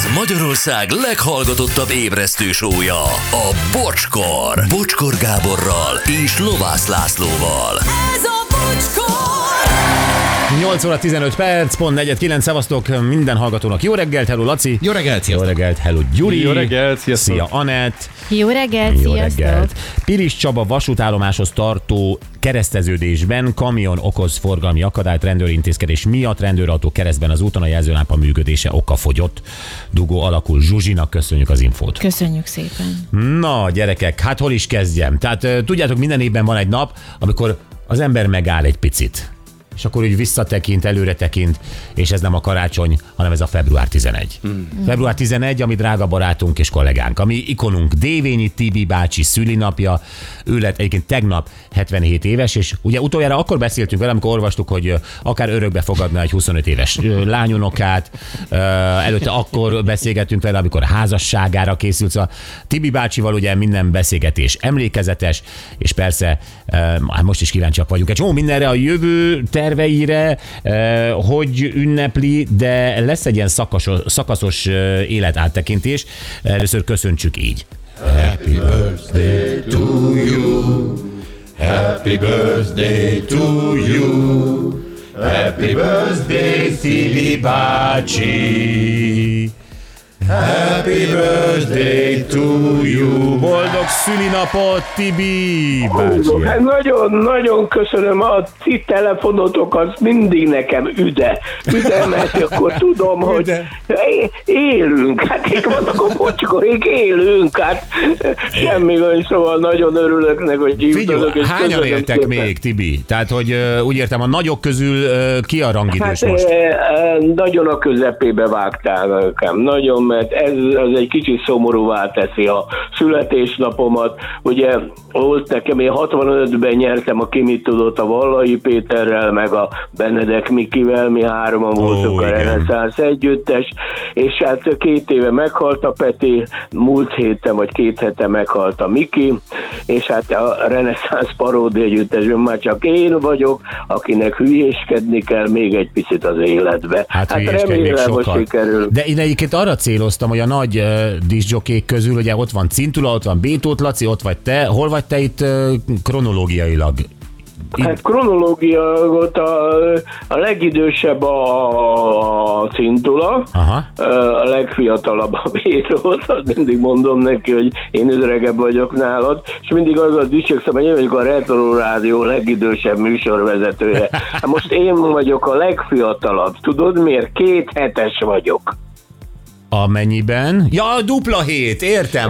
Ez Magyarország leghallgatottabb ébresztő show-ja, a Bocskor. Bocskor Gáborral és Lovász Lászlóval. Ez a Bocskor! 8 óra 15 perc, pont 4:09, szevasztok minden hallgatónak. Jó reggelt, hello Laci. Jó reggelt, sziasztok. Jó reggelt, hello Gyuri. Jó reggelt, sziasztok. Szia Anett. Jó reggelt, Jó sziasztok. reggelt. Pilis Csaba vasútállomáshoz tartó kereszteződésben kamion okoz forgalmi akadályt, rendőrintézkedés miatt rendőrautó keresztben az úton, a jelzőlámpa működése okafogyott. Dugó alakul. Zsuzsinak köszönjük az infót. Köszönjük szépen. Na gyerekek, hát hol is kezdjem? Tehát tudjátok, minden évben van egy nap, amikor az ember megáll egy picit. És akkor úgy visszatekint, előre tekint, és ez nem a karácsony, hanem ez a február 11. Február 11, ami drága barátunk és kollégánk, ami ikonunk Dévényi Tibi bácsi szülinapja, ő lett egyébként tegnap 77 éves, és ugye utoljára akkor beszéltünk vele, amikor olvastuk, hogy akár örökbe fogadna egy 25 éves lányunokát, előtte akkor beszélgettünk vele, amikor házasságára készült, szóval Tibi bácsival ugye minden beszélgetés emlékezetes, és persze most is kíváncsiak vagyunk egy csomó mindenre, a jövő terveire, hogy ünnepli, de lesz egy ilyen szakaszos életáttekintés. Először köszöntsük így. Happy birthday to you. Happy birthday to you. Happy birthday, Tibi bácsi. Happy birthday to you. Boldog szülinapot, Tibi bácsi. Hát nagyon köszönöm a ti telefonotokat, mindig nekem üde, mert akkor tudom, hogy élünk, hát itt vannak a Bocskorék, élünk, hát semmi gond, szóval nagyon örülök neki, hogy hívtatok. Figyelj, hányan éltek még, Tibi? Tehát, hogy úgy értem, a nagyok közül ki a rangidős hát, most? Nagyon a közepébe vágtál nekem, nagyon, mert ez az egy kicsit szomorúvá teszi a születésnapomat. Ugye volt nekem, én 65-ben nyertem a Ki mit tudott a Vallai Péterrel, meg a Benedek Mikivel, mi hárman voltunk a Reneszánsz együttes, és hát 2 éve meghalt a Peti, múlt héten vagy 2 hete meghalt a Miki, és hát a Reneszánsz paródia együttesben már csak én vagyok, akinek hülyéskedni kell még egy picit az életbe. Hát remélem, hogy sikerül. De én egyébként arra céloztam, hogy a nagy diszjokék közül, ugye ott van Cintula, ott van B-Tóth Laci, ott vagy te. Hol vagy te itt kronológiailag? Hát kronológia volt a legidősebb a Cintula, a legfiatalabb a B-Tóth, mindig mondom neki, hogy én öregebb vagyok nálad, és mindig azzal dicsőkszem, hogy én vagyok a Retro Rádió legidősebb műsorvezetője. Hát most én vagyok a legfiatalabb, tudod miért? 2 hetes vagyok. Amennyiben? Ja, dupla hét, értem.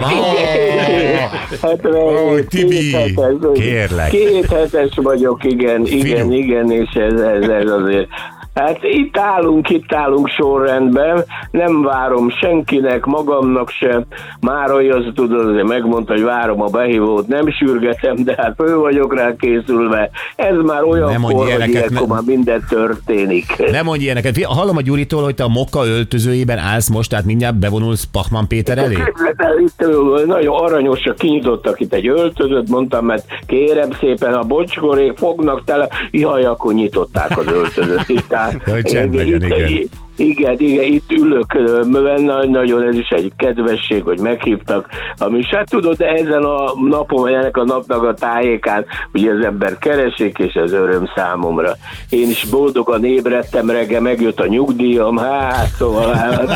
Tibi, kérlek. 2 hetes vagyok, igen, és ez azért. Hát itt állunk sorrendben, nem várom senkinek, magamnak se. Márai az tudod, azért megmondta, hogy várom a behívót, nem sürgetem, de hát ő vagyok rá készülve. Ez már olyan kor, hogy ilyenkor már minden történik. Nem mondj ilyeneket. Hallom a Gyuritól, hogy te a Mokka öltözőjében állsz most, tehát mindjárt bevonulsz Pachmann Péter elé? Itt nagyon aranyosak, kinyitottak itt egy öltözőt, mondtam, mert kérem szépen, a Bocskorék fognak tele, jaj, akkor nyitották az öltözőt. Igen, itt ülök, nagyon ez is egy kedvesség, hogy meghívtak, ami hát tudod, de ezen a napon, ennek a napnak a tájékán, ugye az ember keresik, és ez öröm számomra. Én is boldogan ébredtem reggel, megjött a nyugdíjam, hát szóval...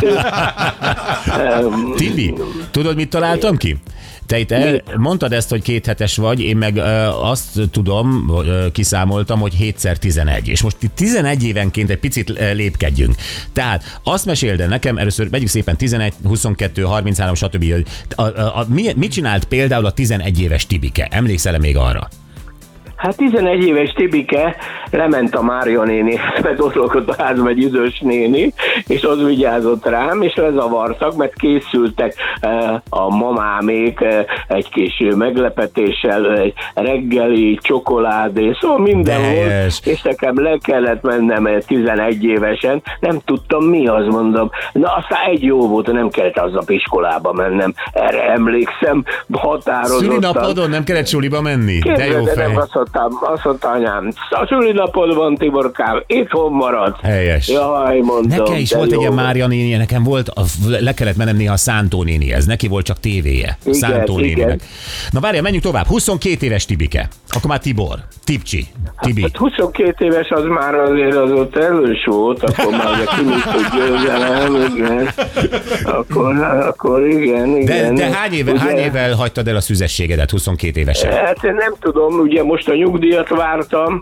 Tibi, tudod, mit találtam ki? Te itt mondtad ezt, hogy 2 hetes vagy, én meg azt tudom, kiszámoltam, hogy 7x11. És most itt 11 évenként egy picit lépkedjünk. Tehát azt meséld el nekem, először megyünk szépen 11, 22, 33, stb. Mit csinált például a 11 éves Tibike? Emlékszel-e még arra? Hát 11 éves Tibike lement a Mária néni, mert ott lakott a házban egy idős néni, és az vigyázott rám, és lezavartak, mert készültek a mamámék egy kis meglepetéssel, egy reggeli, csokoládé, szóval minden volt, és nekem le kellett mennem 11 évesen, nem tudtam mi az, mondom. Na aztán egy jó volt, nem kellett aznap iskolába mennem, erre emlékszem, határozottan. Szülinapadon nem kellett suliba menni? De jó fej. azt mondta anyám, a szülinapod van, Tiborkám, itthon marad. Helyes. Jaj, mondom. Nekem is volt egy ilyen Mária néni, nekem volt, le kellett mennem néha a Szántó nénihez, neki volt csak tévéje. A Szántó néninek. Na várjál, menjünk tovább. 22 éves Tibike. Akkor már Tibor. Tipcsi. Tibi. Hát 22 éves az már azért az ott erős volt, akkor már ugye kimit, hogy győzelem, igen. Akkor igen. De hány évvel hagytad el a szüzességedet 22 évesen? Hát nem tudom, ugye most a nyugdíjat vártam,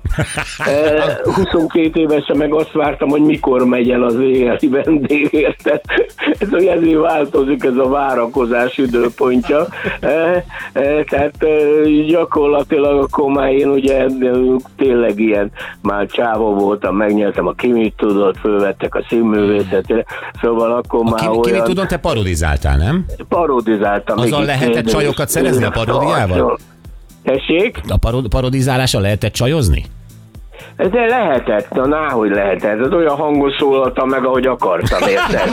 22 évesen meg azt vártam, hogy mikor megy el az éjjeli vendégért. Ez ezért változik ez a várakozás időpontja. Tehát gyakorlatilag akkor már én ugye tényleg ilyen már csávó voltam, megnyertem a Ki mit tudott, fölvettek a színművészetére, szóval akkor már Ki mit tudott, te parodizáltál, nem? Parodizáltam. Azzal lehetett csajokat szerezni a paródiával? Tessék? A parodizálással lehetett csajozni? De lehetett, náhogy lehetett. Ez olyan hangon szólaltam meg, ahogy akartam, érted?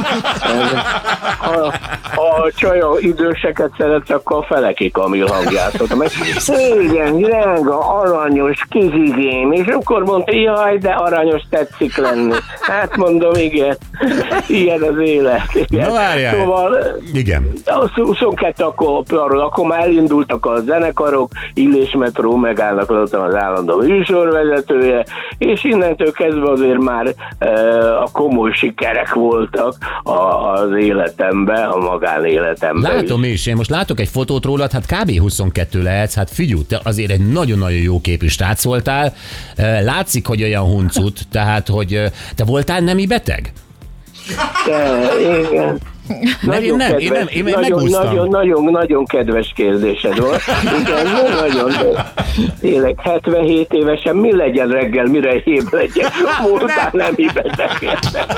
Ha csaja időseket szeret, akkor a Feleki Kamil hangját szóltam. Igen, drága, aranyos, kizigém. És akkor mondta, jaj, de aranyos tetszik lenni. Hát mondom, igen. Ilyen az élet. Igen. Na várjál. Szóval, igen. 22 akkor már elindultak a zenekarok, Illés Metró megállnak, voltam az állandó műsorvezetője, és innentől kezdve azért már a komoly sikerek voltak az életemben, a magánéletemben. Látom is, én most látok egy fotót rólad, hát kb. 22 lehetsz, hát figyelj, te azért egy nagyon-nagyon jó képű srác voltál, látszik, hogy olyan huncut, tehát, hogy te voltál nemi beteg? Igen. Én megúsztam. Nagyon kedves kérdésed volt. Igen, nagyon. Tényleg 77 évesen mi legyen reggel, mire ébb legyen? Voltál nemi beteg.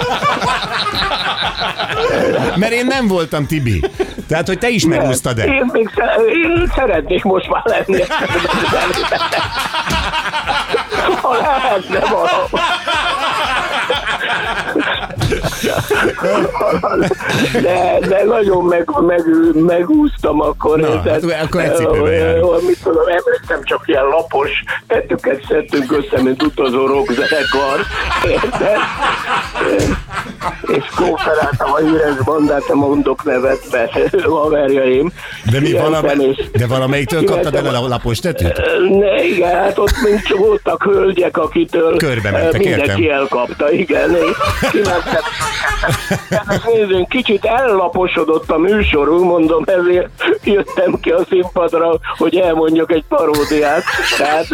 Mert én nem voltam, Tibi. Tehát, hogy te is megúsztad el. Én szeretnék most már lenni. Ha lehetne valahol. De nagyon megúsztam akkor. Na, akkor egy cipőbe járunk. Mit tudom, emlékszem, csak ilyen lapos tetőket szedtünk össze, mint utazó rockzenekar. Érted? És kóferáltam a híres bandát, mondok nevet, mert haverjaim. De valamelyiktől kaptad el a lapos tetőt? Igen, hát ott mind voltak hölgyek, akitől körbe mentek, mindenki értem. elkapta, igen. Kimentem. Nézzünk, kicsit ellaposodott a műsorunk, mondom, ezért jöttem ki a színpadra, hogy elmondjak egy paródiát. Tehát...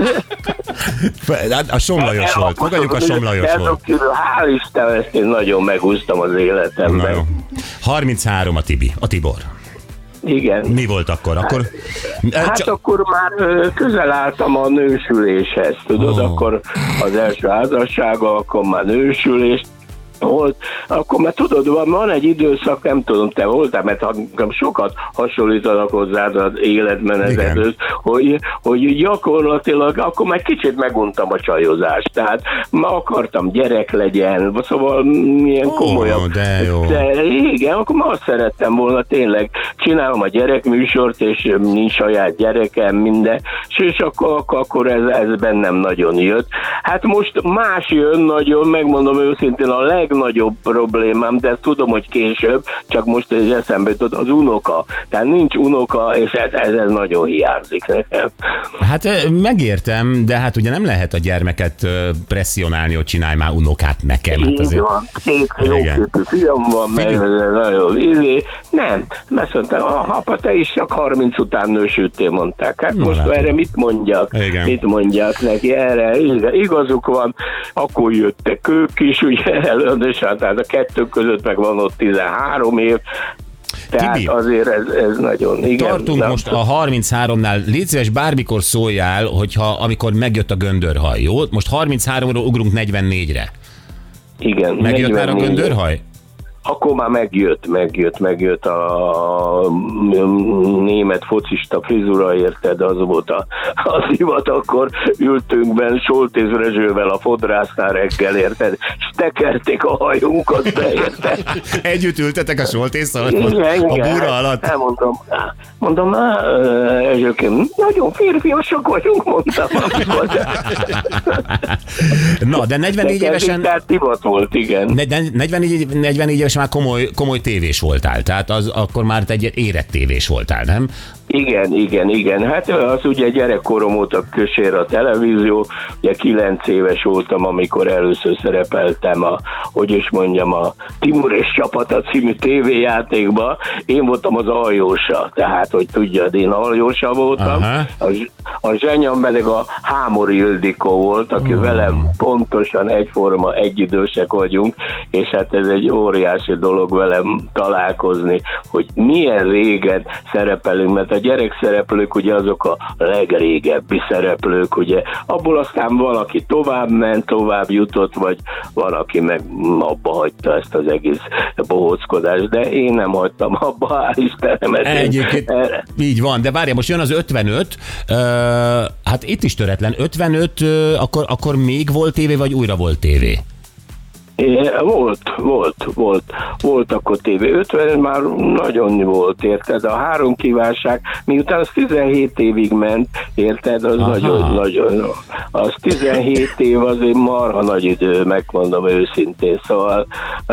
A Somlajos volt. Fogadjuk, a Somlajos volt. Hál' Isten, ezt én nagyon megúsztam az életemben. 33 a Tibor. Igen. Mi volt akkor? Hát akkor már közel álltam a nősüléshez, tudod, akkor az első házassága, akkor már nősülés volt, akkor már tudod, van egy időszak, nem tudom, te voltál, mert sokat hasonlítanak hozzád az életmenetet, hogy gyakorlatilag akkor már kicsit meguntam a csajozást, tehát ma akartam gyerek legyen, szóval milyen komolyabb. De jó. De igen, akkor már azt szerettem volna tényleg, csinálom a gyerekműsort, és nincs saját gyerekem, minden, és akkor ez bennem nagyon jött. Hát most más jön nagyon, megmondom őszintén, a legnagyobb problémám, de tudom, hogy később, csak most ez eszembe jutott, az unoka. Tehát nincs unoka, és ez nagyon hiányzik nekem. Hát megértem, de hát ugye nem lehet a gyermeket presszionálni, hogy csinálj már unokát nekem. Hát azért... Így van, két jóképű fiam van, meg nagyon nem, azt mondtam, apa, te is csak 30 után nősültél, mondták. Hát most erre mit mondjak? Igen. Mit mondjak neki? Erre igazuk van, akkor jöttek ők is, ugye előadásán, tehát a kettő között meg van ott 13 év, tehát Tibi, azért ez nagyon, igen. Tartunk most a 33-nál, légy szíves, bármikor szóljál, amikor megjött a göndörhaj, jó? Most 33-ról ugrunk 44-re. Igen. Megjött már a göndörhaj? akkor már megjött a német focista frizura, érted, az volt a divat, akkor ültünk benn Soltész Rezsővel a fodrásznál reggel, érted, és tekerték a hajunkat be, érted. Együtt ültetek a Soltésszal a búra alatt? Mondom, Rezsőkém, nagyon férfiasak vagyunk, mondtam. Na, de 44 évesen... Tehát divat volt, igen. 44 évesen már komoly tévés voltál, tehát az akkor már egy érett tévés voltál, nem? Igen. Hát az ugye gyerekkorom óta kösér a televízió, ugye 9 éves voltam, amikor először szerepeltem a Timur és Csapata című tévéjátékba. Én voltam az aljósa, tehát, hogy tudjad, én aljósa voltam. A zsenyam pedig a Hámori Ildikó volt, aki velem pontosan egyforma, egyidősek vagyunk, és hát ez egy óriási dolog velem találkozni, hogy milyen régen szerepelünk, mert a gyerekszereplők ugye azok a legrégebbi szereplők, ugye abból aztán valaki tovább ment, tovább jutott, vagy valaki meg abba hagyta ezt az egész bohóckodást, de én nem hagytam abba, hál' Istenem. Egyébként így van, de várja, most jön az 55, hát itt is töretlen, 55, akkor még volt tévé, vagy újra volt tévé? Volt akkor tévé. 50 már nagyon volt, érted? A 3 kívánság, miután az 17 évig ment, érted? Az nagyon. Az 17 év azért marha nagy idő, megmondom őszintén. Szóval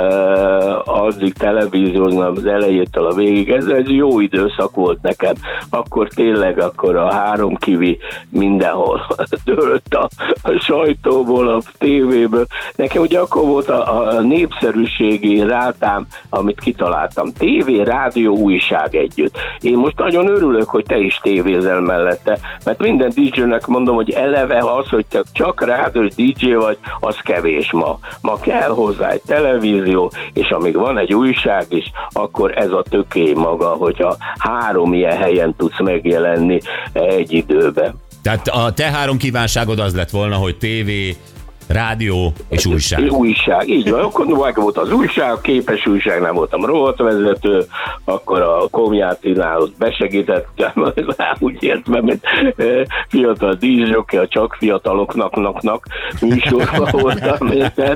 addig televízióznám az elejétől a végig. Ez egy jó időszak volt nekem. Akkor tényleg a 3 kivi mindenhol dőlt a sajtóból, a tévéből. Nekem ugye akkor volt a népszerűségi rátám, amit kitaláltam. Tévé, rádió, újság együtt. Én most nagyon örülök, hogy te is tévézel mellette, mert minden DJ-nek mondom, hogy eleve az, hogy te csak rádiós DJ vagy, az kevés ma. Ma kell hozzá egy televízió, és amíg van egy újság is, akkor ez a tökély maga, hogyha 3 ilyen helyen tudsz megjelenni egy időben. Tehát a te 3 kívánságod az lett volna, hogy tévé, rádió és újság. Újság, így van. Akkor volt az újság, a képes újságnál voltam rovatvezető, akkor a Komjátinál ott besegítettem, úgy értem, mint fiatal díszjockey, a csak fiataloknak műsorban voltam,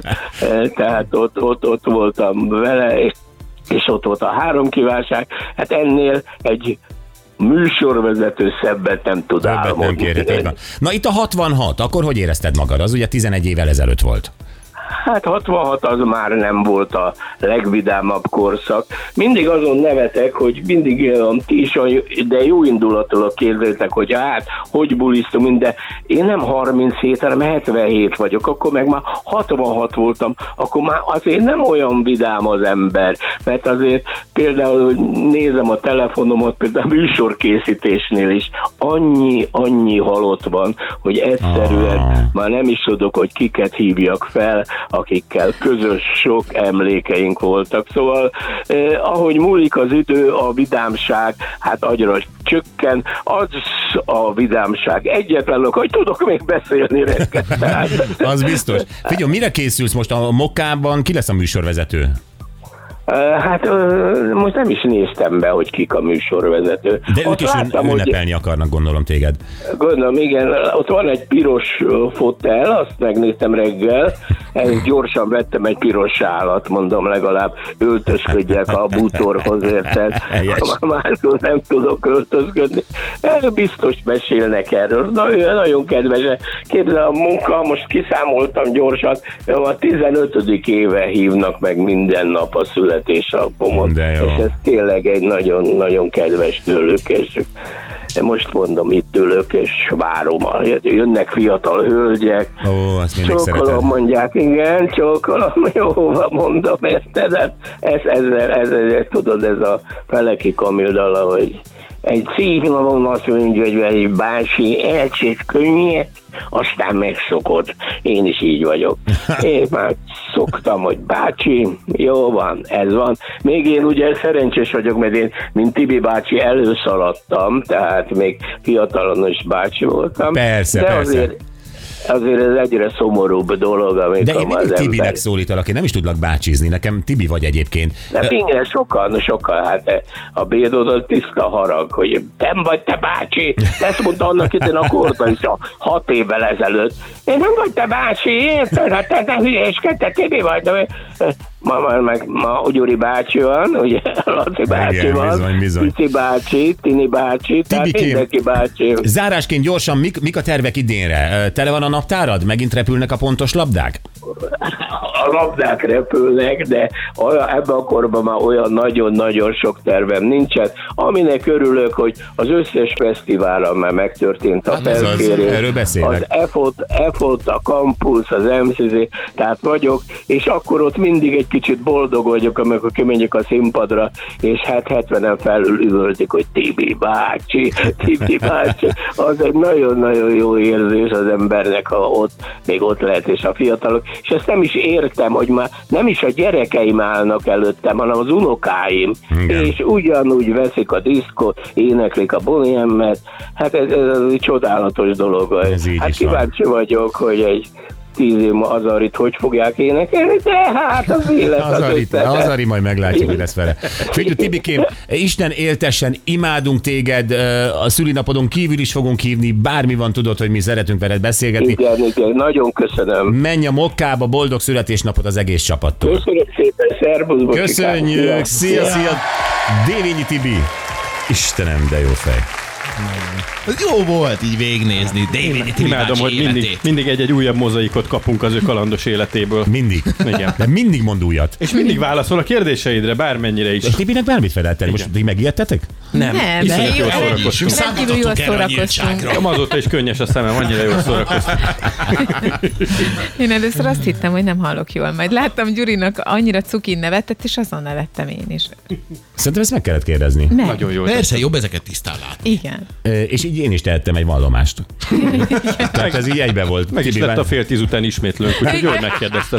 tehát ott voltam vele, és ott volt a 3 kívánság. Hát ennél egy műsorvezető szebbet nem tud álmodni. Na itt a 66, akkor hogy érezted magad? Az ugye 11 évvel ezelőtt volt. Hát 66 az már nem volt a legvidámabb korszak. Mindig azon nevetek, hogy mindig ti is, de jó indulatúak képzeltek, hogy hát, hogy bulisztunk, de én nem 37, hanem 77 vagyok, akkor meg már 66 voltam, akkor már azért nem olyan vidám az ember, mert azért például, hogy nézem a telefonomat, például a műsorkészítésnél is, annyi halott van, hogy egyszerűen már nem is tudok, hogy kiket hívjak fel, akikkel közös sok emlékeink voltak. Szóval ahogy múlik az idő, a vidámság hát agyra csökken, az a vidámság. Egyetlen, hogy tudok még beszélni reggel. Az biztos. Figyelj, mire készülsz most a Mokkában? Ki lesz a műsorvezető? Hát most nem is néztem be, hogy kik a műsorvezető. De ők is ünnepelni akarnak, gondolom téged. Gondolom, igen. Ott van egy piros fotel, azt megnéztem reggel. Ezt gyorsan vettem egy piros sálat, mondom, legalább öltözködjek a bútorhoz, érted? Már nem tudok öltözködni. Biztos mesélnek erről. Nagyon kedves. Képzel, a munka, most kiszámoltam gyorsan, a 15. éve hívnak meg minden nap a születésnapomot, és ez tényleg egy nagyon-nagyon kedves tőlük, és most mondom, itt ülök, és várom, jönnek fiatal hölgyek, csókolom, mondják, igen, csókolom, jó, mondom, érted? Ez tudod, ez a Feleki Kamildala, hogy egy szívnavon azt mondja, hogy egy bácsi elcsét könnyet, aztán megszokod. Én is így vagyok. Én már szoktam, hogy bácsi, jó van, ez van. Még én ugye szerencsés vagyok, mert én, mint Tibi bácsi, előszaladtam, tehát még fiatalon is bácsi voltam. Persze, de persze. Azért azért ez egyre szomorúbb dolog, amikor De én az mindig Tibinek ember... szólítalak, én nem is tudlak bácsizni, nekem Tibi vagy egyébként. De igen, sokan, hát a Bédódon tiszta harag, hogy nem vagy te bácsi, ezt mondta annak idén a Korda is 6 évvel ezelőtt. Én nem vagy te bácsi, érted? Hát te hülyéskedj, te Tibi vagy. De ma Gyuri bácsi van, ugye, Laci bácsi igen, van, bizony. Pici bácsi, Tini bácsi, tehát Tibikém, mindenki bácsi. Zárásként gyorsan, mik a tervek idénre? Tele van a naptárad? Megint repülnek a pontos labdák? A labdák repülnek, de ebben a korban már olyan nagyon-nagyon sok tervem nincsen. Aminek örülök, hogy az összes fesztiválon már megtörtént a felkérés. Erről beszélek. Az EFOT, a Campus, az MCZ, tehát vagyok, és akkor ott mindig egy kicsit boldog vagyok, amikor kimegyek a színpadra, és 70-en felül üvöltik, hogy Tibi bácsi. Az egy nagyon-nagyon jó érzés az embernek, ha még ott lehet, és a fiatalok. És ezt nem is értem, hogy már nem is a gyerekeim állnak előttem, hanem az unokáim. Igen. És ugyanúgy veszik a diszkot, éneklik a Bonnie-et. Hát ez egy csodálatos dolog. Ez így Hát is van. kíváncsi vagyok, hogy egy 10 év Azarit hogy fogják énekelni, de hát az élet Azari, majd meglátjuk, hogy lesz vele. Figyelj, Tibikém, Isten éltessen, imádunk téged, a szülinapodon kívül is fogunk hívni, bármi van, tudod, hogy mi szeretünk veled beszélgetni. Igen, nagyon köszönöm. Menj a Mokkába, boldog születésnapot az egész csapattól. Köszönöm szépen, szervusz, Köszönjük, szia! Dévényi Tibi. Istenem, de jó fej. Ez jó volt így végignézni David Tibi Imádom, bácsi hogy életét. mindig egy újabb mozaikot kapunk az ő kalandos életéből. Mindig. Igen. De mindig mond újat. És mindig válaszol a kérdéseidre, bármennyire is. És Tibinek bármit fedett el. Most ti megijedtetek? Nem, Iszonyat jól szórakoztunk. rendkívül jól szórakoztunk. Azóta is könnyes a szemem, annyira jól szórakoztunk. Én először azt hittem, hogy nem hallok jól. Majd láttam Gyurinak annyira cukin nevetett, és azon nevettem én is. Szerintem ezt meg kellett kérdezni. Nem. Nagyon jó. Persze, jobb ezeket tisztán látni. Igen. És így én is tehettem egy vallomást. Tehát ez így egybe volt. Meg is Tibivel. lett a 9:30 után ismétlőnk, úgyhogy jól megkérdezted.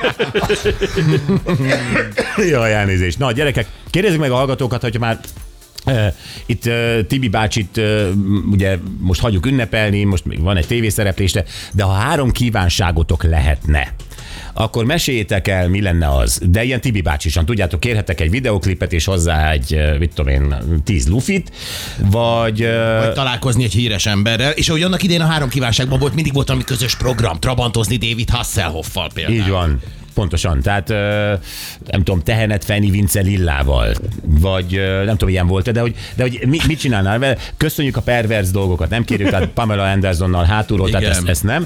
Jaj, elnézést. Na, gyerekek, kérdezzük meg a hallgatókat, hogyha már itt Tibi bácsit ugye most hagyjuk ünnepelni, most még van egy tévészereplés, de ha 3 kívánságotok lehetne, akkor meséljétek el, mi lenne az. De ilyen Tibi bácsisan, tudjátok, kérhetek egy videoklipet és hozzá egy, mit tudom én, 10 lufit, vagy Találkozni egy híres emberrel, és ahogy annak idén a 3 kívánságban volt, mindig volt valami közös program, trabantozni David Hasselhoffal például. így van. Pontosan, tehát nem tudom, tehenet Fanny Vince Lillával, vagy nem tudom, ilyen volt, de hogy mit csinálnál vele? Köszönjük a perverz dolgokat, nem kérjük, tehát Pamela Andersonnal hátulról, Igen. tehát ezt nem.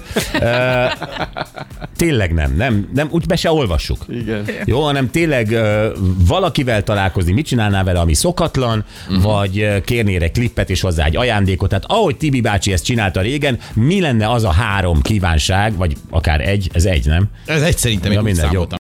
Tényleg nem, úgy be se olvassuk. Igen. Jó, hanem tényleg valakivel találkozni, mit csinálnál vele, ami szokatlan, vagy kérnél egy klippet és hozzá egy ajándékot. Tehát ahogy Tibi bácsi ezt csinálta régen, mi lenne az a 3 kívánság, vagy akár egy, ez egy, nem? Ez egy szerintem Ja, egy mindegy, jó. számot